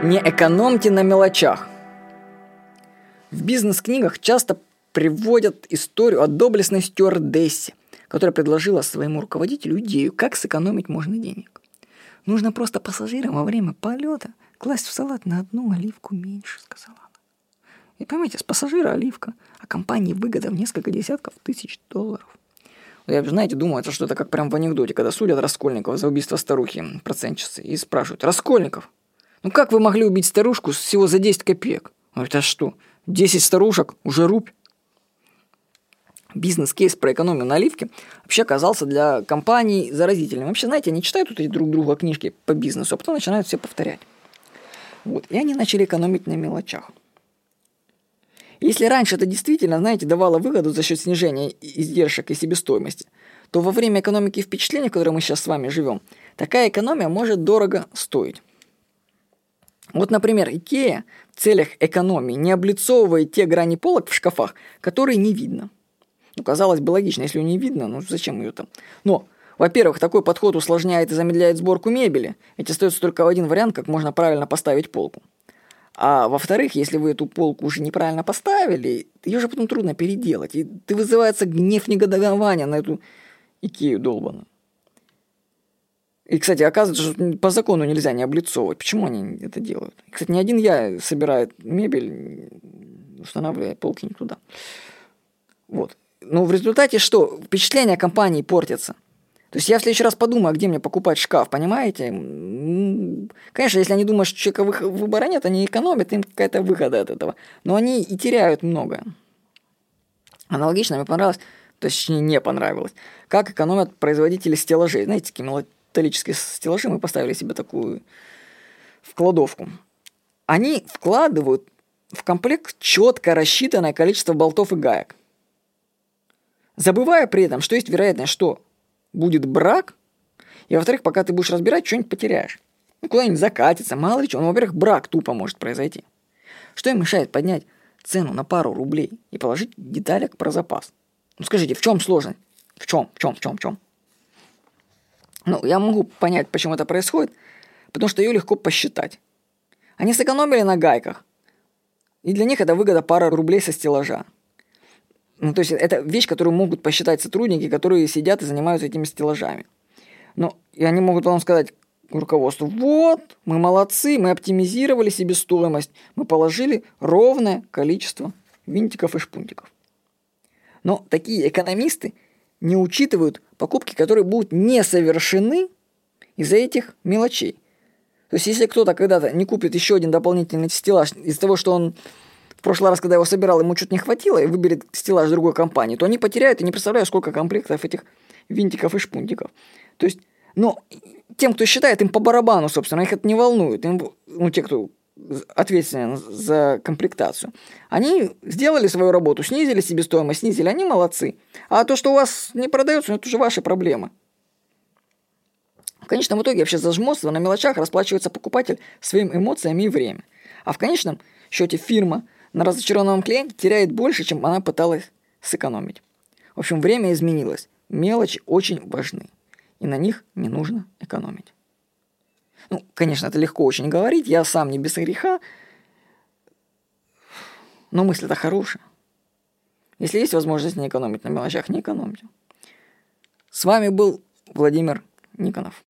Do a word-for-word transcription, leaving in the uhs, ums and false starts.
Не экономьте на мелочах. В бизнес-книгах часто приводят историю о доблестной стюардессе, которая предложила своему руководителю идею, как сэкономить можно денег. Нужно просто пассажирам во время полета класть в салат на одну оливку меньше, сказала она. И поймите, с пассажира оливка, а компании выгода в несколько десятков тысяч долларов. Я, знаете, думаю, это что-то как прям в анекдоте, когда судят Раскольникова за убийство старухи, процентщицы, и спрашивают: Раскольников, ну как вы могли убить старушку всего за десять копеек? Он говорит: а что, десять старушек уже рубь? Бизнес-кейс про экономию на оливке вообще оказался для компаний заразительным. Вообще, знаете, они читают тут эти друг друга книжки по бизнесу, а потом начинают все повторять. Вот. И они начали экономить на мелочах. Если раньше это действительно, знаете, давало выгоду за счет снижения издержек и себестоимости, то во время экономики впечатлений, в которой мы сейчас с вами живем, такая экономия может дорого стоить. Вот, например, Икеа в целях экономии не облицовывает те грани полок в шкафах, которые не видно. Ну, казалось бы, логично, если ее не видно, ну зачем ее там? Но, во-первых, такой подход усложняет и замедляет сборку мебели, ведь остается только один вариант, как можно правильно поставить полку. А во-вторых, если вы эту полку уже неправильно поставили, ее же потом трудно переделать, и ты вызывается гнев, негодование на эту Икею долбаную. И, кстати, оказывается, что по закону нельзя не облицовывать. Почему они это делают? Кстати, не один я собираю мебель, устанавливая полки не туда. Вот. Но в результате что? Впечатление компании портится. То есть я в следующий раз подумаю, где мне покупать шкаф, понимаете? Конечно, если они думают, что человека выбора нет, они экономят, им какая-то выгода от этого. Но они и теряют многое. Аналогично мне понравилось, точнее не понравилось, как экономят производители стеллажей. Знаете, такие металлические стеллажи, мы поставили себе такую в кладовку. Они вкладывают в комплект четко рассчитанное количество болтов и гаек, забывая при этом, что есть вероятность, что будет брак, и, во-вторых, пока ты будешь разбирать, что-нибудь потеряешь. Ну, куда-нибудь закатится, мало ли что. Ну, во-первых, брак тупо может произойти. Что им мешает поднять цену на пару рублей и положить деталек про запас? Ну, скажите, в чем сложность? В чем, в чем, в чем, в чем? Ну, я могу понять, почему это происходит, потому что ее легко посчитать. Они сэкономили на гайках, и для них это выгода пара рублей со стеллажа. Ну, то есть это вещь, которую могут посчитать сотрудники, которые сидят и занимаются этими стеллажами. Ну, и они могут потом сказать руководству: вот, мы молодцы, мы оптимизировали себестоимость, мы положили ровное количество винтиков и шпунтиков. Но такие экономисты не учитывают покупки, которые будут не совершены из-за этих мелочей. То есть если кто-то когда-то не купит еще один дополнительный стеллаж из-за того, что он в прошлый раз, когда его собирал, ему что-то не хватило, и выберет стеллаж другой компании, то они потеряют, и не представляю, сколько комплектов этих винтиков и шпунтиков. То есть, ну, тем, кто считает, им по барабану, собственно, их это не волнует. Им, ну, те, кто ответственен за комплектацию, они сделали свою работу, снизили себестоимость, снизили, они молодцы. А то, что у вас не продается, ну, это уже ваши проблемы. В конечном итоге вообще за жмотство на мелочах расплачивается покупатель своими эмоциями и время. А в конечном счете фирма на разочарованном клиенте теряет больше, чем она пыталась сэкономить. В общем, время изменилось. Мелочи очень важны. И на них не нужно экономить. Ну, конечно, это легко очень говорить. Я сам не без греха. Но мысль-то хорошая. Если есть возможность не экономить на мелочах, не экономьте. С вами был Владимир Никонов.